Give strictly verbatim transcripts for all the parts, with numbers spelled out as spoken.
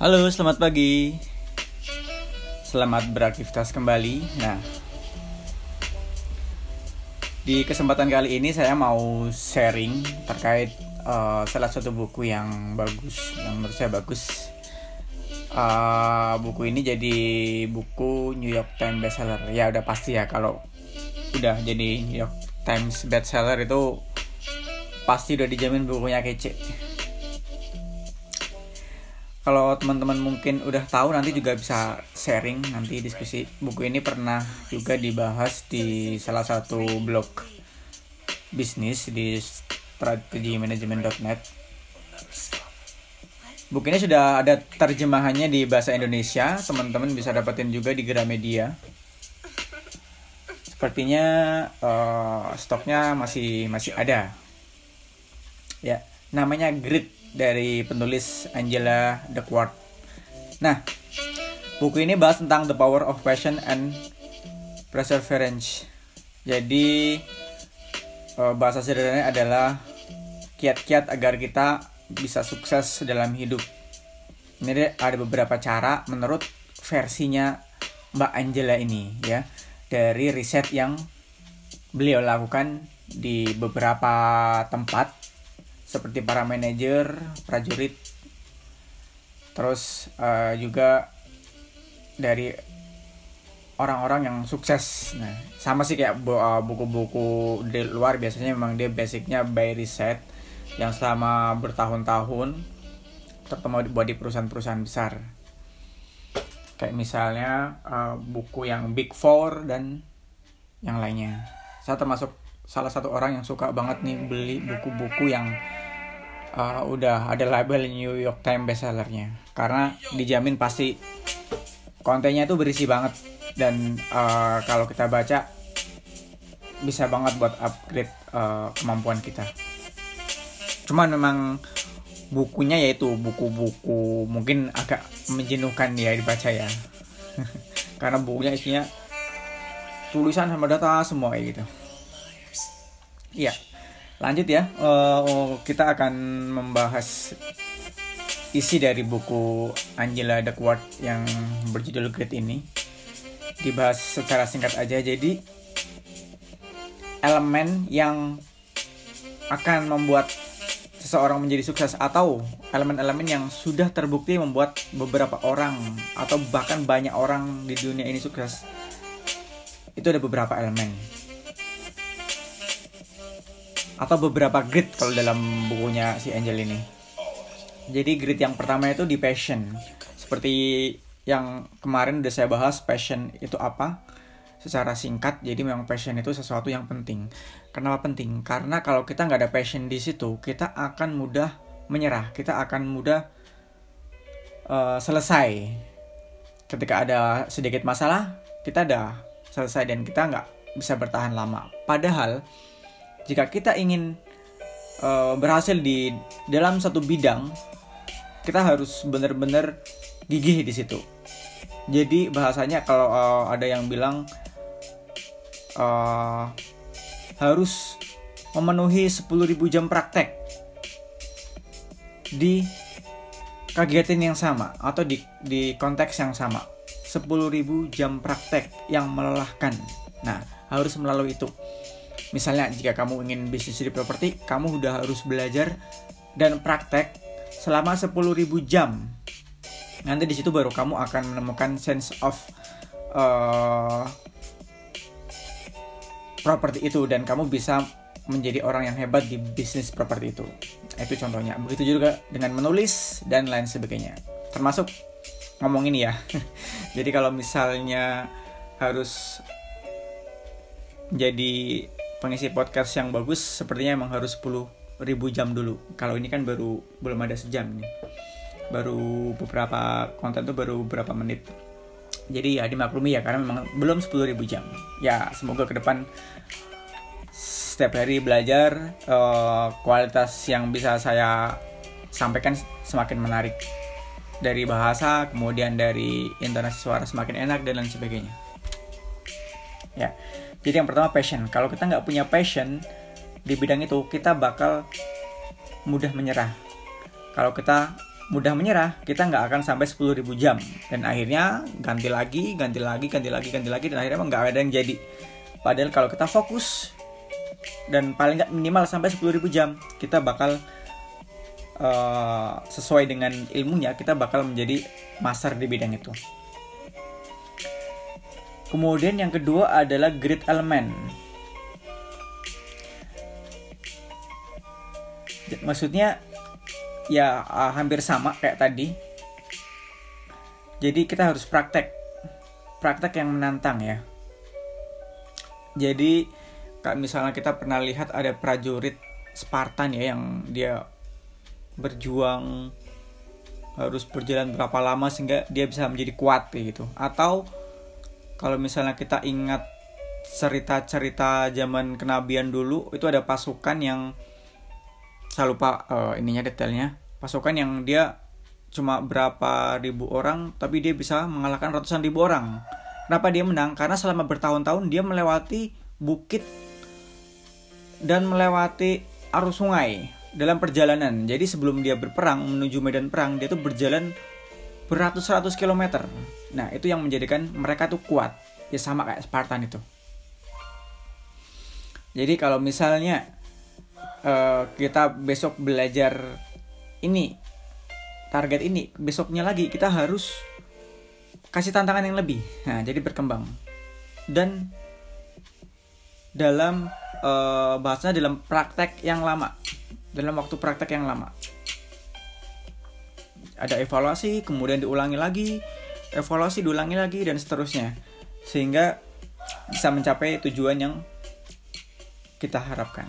Halo, selamat pagi. Selamat beraktivitas kembali. Nah, di kesempatan kali ini saya mau sharing terkait uh, salah satu buku yang bagus, yang menurut saya bagus. Uh, buku ini jadi buku New York Times bestseller. Ya udah pasti ya, kalau udah jadi New York Times bestseller itu pasti udah dijamin bukunya kece. Kalau teman-teman mungkin udah tahu, nanti juga bisa sharing, nanti diskusi. Buku ini pernah juga dibahas di salah satu blog bisnis di strategi manajemen dot net. Buku ini sudah ada terjemahannya di bahasa Indonesia, teman-teman bisa dapetin juga di Gramedia. Sepertinya uh, stoknya masih masih ada. Ya, namanya Grit, dari penulis Angela Duckworth. Nah, buku ini bahas tentang the power of passion and perseverance. Jadi bahasa sederhananya adalah kiat-kiat agar kita bisa sukses dalam hidup. Ini ada beberapa cara menurut versinya Mbak Angela ini, ya, dari riset yang beliau lakukan di beberapa tempat, seperti para manajer, prajurit, terus uh, juga dari orang-orang yang sukses. Nah, sama sih kayak bu- uh, buku-buku di luar, biasanya memang dia basicnya by riset yang selama bertahun-tahun, terutama buat di perusahaan-perusahaan besar. Kayak misalnya uh, buku yang Big Four dan yang lainnya. Saya termasuk salah satu orang yang suka banget nih beli buku-buku yang Uh, udah ada label New York Times bestsellernya, karena dijamin pasti kontennya itu berisi banget, dan uh, kalau kita baca bisa banget buat upgrade uh, kemampuan kita. Cuman memang bukunya yaitu buku-buku mungkin agak menjenuhkan ya dibaca ya karena bukunya isinya tulisan sama data semua kayak gitu. Iya, lanjut ya, uh, kita akan membahas isi dari buku Angela Duckworth yang berjudul Grit ini. Dibahas secara singkat aja. Jadi elemen yang akan membuat seseorang menjadi sukses, atau elemen-elemen yang sudah terbukti membuat beberapa orang atau bahkan banyak orang di dunia ini sukses, itu ada beberapa elemen atau beberapa grit kalau dalam bukunya si Angel ini. Jadi grit yang pertama itu di passion. Seperti yang kemarin udah saya bahas, passion itu apa secara singkat. Jadi memang passion itu sesuatu yang penting. Kenapa penting? Karena kalau kita nggak ada passion di situ, kita akan mudah menyerah. Kita akan mudah uh, selesai. Ketika ada sedikit masalah, kita udah selesai dan kita nggak bisa bertahan lama. Padahal jika kita ingin uh, berhasil di dalam satu bidang, kita harus benar-benar gigih di situ. Jadi bahasanya kalau uh, ada yang bilang uh, harus memenuhi sepuluh ribu jam praktek di kegiatan yang sama atau di di konteks yang sama, sepuluh ribu jam praktek yang melelahkan. Nah, harus melalui itu. Misalnya jika kamu ingin bisnis di properti, kamu udah harus belajar dan praktek selama sepuluh ribu jam. Nanti di situ baru kamu akan menemukan sense of uh, properti itu, dan kamu bisa menjadi orang yang hebat di bisnis properti itu. Itu contohnya. Begitu juga dengan menulis dan lain sebagainya. Termasuk ngomong ini ya. Jadi kalau misalnya harus jadi pengisi podcast yang bagus, sepertinya emang harus sepuluh ribu jam dulu. Kalau ini kan baru belum ada sejam nih, baru beberapa konten tuh baru beberapa menit. Jadi ya dimaklumi ya, karena memang belum sepuluh ribu jam. Ya semoga ke depan setiap hari belajar, uh, kualitas yang bisa saya sampaikan semakin menarik, dari bahasa, kemudian dari intonasi suara semakin enak dan lain sebagainya. Ya, jadi yang pertama passion. Kalau kita nggak punya passion di bidang itu, kita bakal mudah menyerah. Kalau kita mudah menyerah, kita nggak akan sampai sepuluh ribu jam. Dan akhirnya ganti lagi, ganti lagi, ganti lagi, ganti lagi, dan akhirnya nggak ada yang jadi. Padahal kalau kita fokus dan paling nggak minimal sampai sepuluh ribu jam, kita bakal uh, sesuai dengan ilmunya, kita bakal menjadi master di bidang itu. Kemudian yang kedua adalah grid element. Maksudnya ya uh, hampir sama kayak tadi. Jadi kita harus praktek. Praktek yang menantang ya. Jadi kayak misalnya kita pernah lihat ada prajurit Spartan ya, yang dia berjuang harus berjalan berapa lama sehingga dia bisa menjadi kuat gitu. Atau kalau misalnya kita ingat cerita-cerita zaman kenabian dulu, itu ada pasukan yang saya lupa uh, ininya detailnya. Pasukan yang dia cuma berapa ribu orang, tapi dia bisa mengalahkan ratusan ribu orang. Kenapa dia menang? Karena selama bertahun-tahun dia melewati bukit dan melewati arus sungai dalam perjalanan. Jadi sebelum dia berperang menuju medan perang, dia tuh berjalan beratus-ratus kilometer. Nah, itu yang menjadikan mereka tuh kuat. Ya sama kayak Spartan itu. Jadi kalau misalnya Uh, kita besok belajar ini, target ini, besoknya lagi kita harus kasih tantangan yang lebih. Nah, jadi berkembang. Dan dalam uh, bahasanya dalam praktek yang lama, dalam waktu praktek yang lama, ada evaluasi, kemudian diulangi lagi, evaluasi, diulangi lagi, dan seterusnya, sehingga bisa mencapai tujuan yang kita harapkan.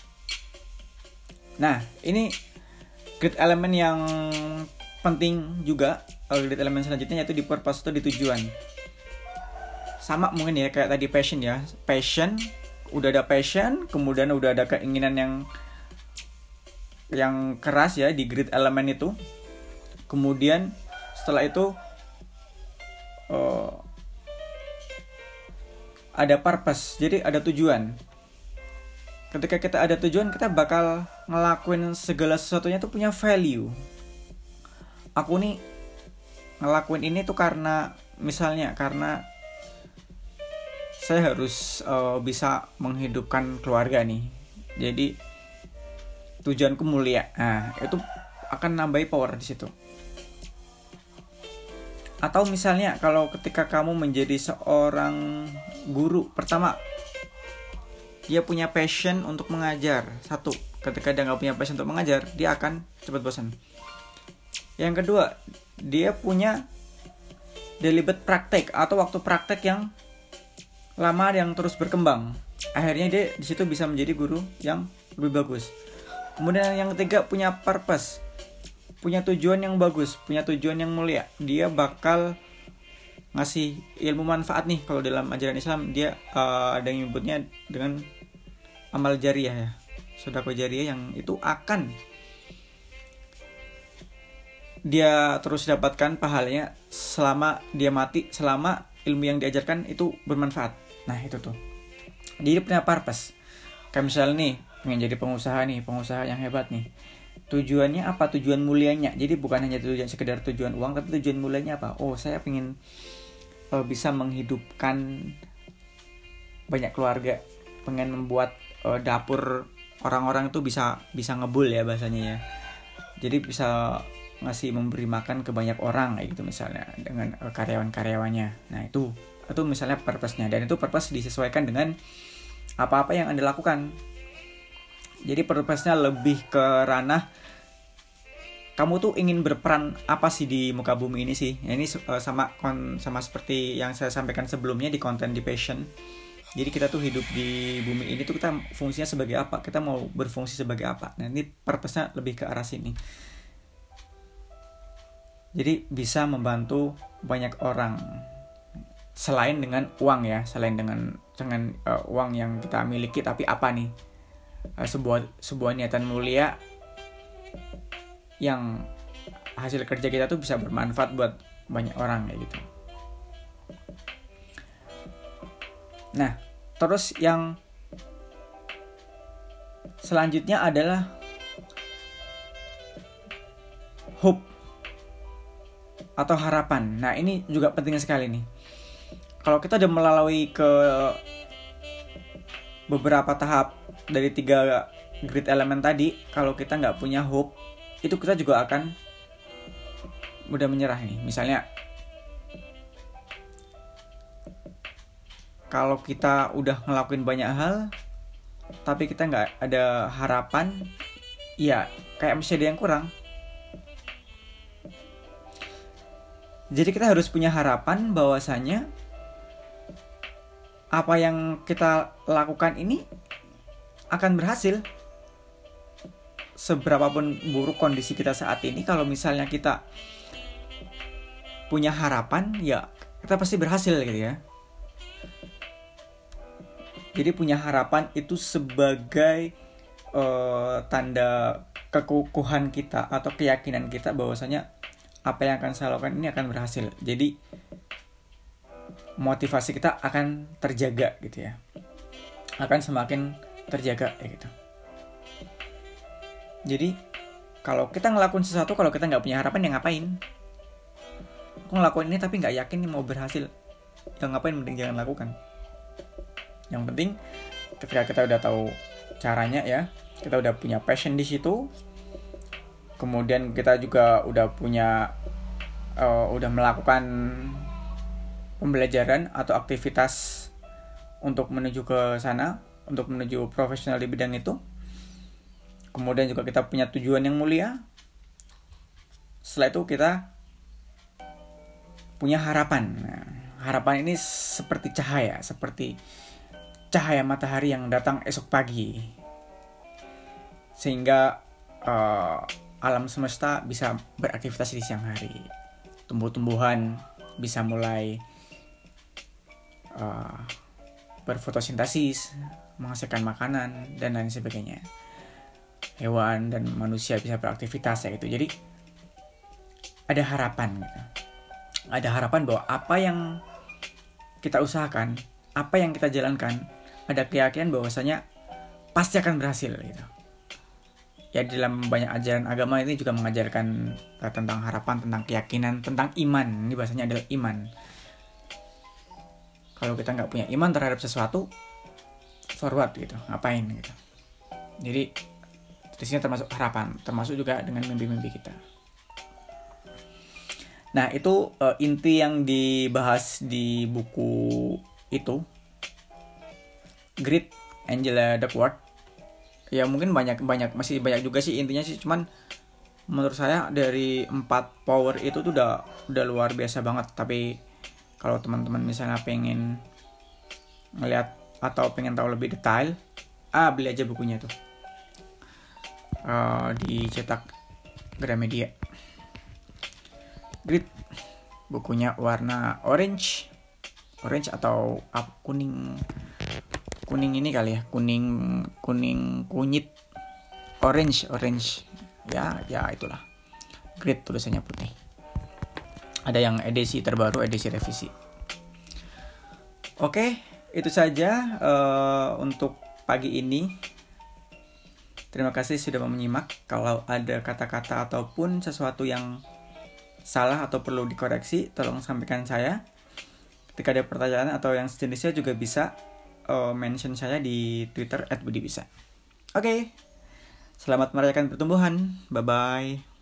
Nah, ini grid element yang penting juga. Grid element selanjutnya yaitu di purpose atau di tujuan. Sama mungkin ya kayak tadi passion ya. Passion, udah ada passion, kemudian udah ada keinginan yang yang keras ya di grid element itu. Kemudian setelah itu uh, ada purpose, jadi ada tujuan. Ketika kita ada tujuan, kita bakal ngelakuin segala sesuatunya tuh punya value. Aku nih ngelakuin ini tuh karena misalnya karena saya harus uh, bisa menghidupkan keluarga nih. Jadi tujuanku mulia. Nah, itu akan nambahi power di situ. Atau misalnya kalau ketika kamu menjadi seorang guru, pertama dia punya passion untuk mengajar. Satu, ketika dia nggak punya passion untuk mengajar, dia akan cepat bosan. Yang kedua, dia punya deliberate praktek atau waktu praktek yang lama yang terus berkembang. Akhirnya dia di situ bisa menjadi guru yang lebih bagus. Kemudian yang ketiga, punya purpose, punya tujuan yang bagus, punya tujuan yang mulia. Dia bakal ngasih ilmu manfaat nih. Kalau dalam ajaran Islam dia uh, ada yang menyebutnya dengan amal jariyah ya, sedekah jariyah, yang itu akan dia terus dapatkan pahalanya selama dia mati, selama ilmu yang diajarkan itu bermanfaat. Nah itu tuh, jadi punya purpose. Kayak misalnya nih pengen jadi pengusaha nih, pengusaha yang hebat nih. Tujuannya apa? Tujuan mulianya. Jadi bukan hanya tujuan sekedar tujuan uang, tapi tujuan mulianya apa? Oh, saya pengen uh, bisa menghidupkan banyak keluarga, pengen membuat uh, dapur orang-orang itu bisa bisa ngebul ya bahasanya ya. Jadi bisa ngasih memberi makan ke banyak orang kayak gitu misalnya dengan uh, karyawan-karyawannya. Nah, itu itu misalnya purpose-nya, dan itu purpose disesuaikan dengan apa-apa yang Anda lakukan. Jadi purpose-nya lebih ke ranah kamu tuh ingin berperan apa sih di muka bumi ini sih. Ya, ini uh, sama kon, sama seperti yang saya sampaikan sebelumnya di konten di passion. Jadi kita tuh hidup di bumi ini tuh kita fungsinya sebagai apa? Kita mau berfungsi sebagai apa? Nah, ini purpose-nya lebih ke arah sini. Jadi bisa membantu banyak orang selain dengan uang ya, selain dengan dengan uh, uang yang kita miliki, tapi apa nih? Uh, sebuah sebuah niatan mulia yang hasil kerja kita tuh bisa bermanfaat buat banyak orang kayak gitu. Nah, terus yang selanjutnya adalah hope. atau harapan. Nah, ini juga penting sekali nih. Kalau kita udah melalui ke beberapa tahap dari tiga grid elemen tadi, kalau kita nggak punya hope, itu kita juga akan mudah menyerah nih. Misalnya, kalau kita udah ngelakuin banyak hal, tapi kita nggak ada harapan, ya kayak masih ada yang kurang. Jadi kita harus punya harapan bahwasanya apa yang kita lakukan ini akan berhasil. Seberapapun buruk kondisi kita saat ini, kalau misalnya kita punya harapan, ya kita pasti berhasil gitu ya. Jadi punya harapan itu sebagai uh, tanda kekukuhan kita atau keyakinan kita bahwasanya apa yang akan saya lakukan ini akan berhasil. Jadi motivasi kita akan terjaga gitu ya, akan semakin terjaga ya gitu. Jadi kalau kita ngelakuin sesuatu, kalau kita nggak punya harapan, ya ngapain? Aku ngelakuin ini tapi nggak yakin nih mau berhasil, ya ngapain, mending jangan lakukan. Yang penting ketika kita udah tahu caranya ya, kita udah punya passion di situ, kemudian kita juga udah punya uh, udah melakukan pembelajaran atau aktivitas untuk menuju ke sana, untuk menuju profesional di bidang itu. Kemudian juga kita punya tujuan yang mulia. Setelah itu kita punya harapan. Nah, harapan ini seperti cahaya, seperti cahaya matahari yang datang esok pagi, sehingga uh, alam semesta bisa beraktivitas di siang hari. Tumbuh-tumbuhan bisa mulai uh, berfotosintesis, menghasilkan makanan dan lain sebagainya. Hewan dan manusia bisa beraktivitas ya gitu. Jadi ada harapan gitu. Ada harapan bahwa apa yang kita usahakan, apa yang kita jalankan, ada keyakinan bahwasanya pasti akan berhasil gitu. Ya, dalam banyak ajaran agama ini juga mengajarkan uh, tentang harapan, tentang keyakinan, tentang iman. Ini bahasanya adalah iman. Kalau kita nggak punya iman terhadap sesuatu, forward gitu, ngapain gitu. Jadi di sini termasuk harapan, termasuk juga dengan mimpi-mimpi kita. Nah, itu uh, inti yang dibahas di buku itu, Grit Angela Duckworth. Ya mungkin banyak banyak masih banyak juga sih intinya sih, cuman menurut saya dari empat power itu tuh udah udah luar biasa banget. Tapi kalau teman-teman misalnya pengen ngeliat atau pengen tahu lebih detail, ah beli aja bukunya tuh. Uh, dicetak Gramedia. Grit, bukunya warna orange, orange atau up, kuning, kuning ini kali ya, kuning kuning kunyit, orange orange, ya ya itulah. Grit tulisannya putih. Ada yang edisi terbaru, edisi revisi. Oke, itu saja uh, untuk pagi ini. Terima kasih sudah menyimak. Kalau ada kata-kata ataupun sesuatu yang salah atau perlu dikoreksi, tolong sampaikan saya. Ketika ada pertanyaan atau yang sejenisnya juga bisa uh, mention saya di Twitter at budibisa. Oke, selamat merayakan pertumbuhan. Bye-bye.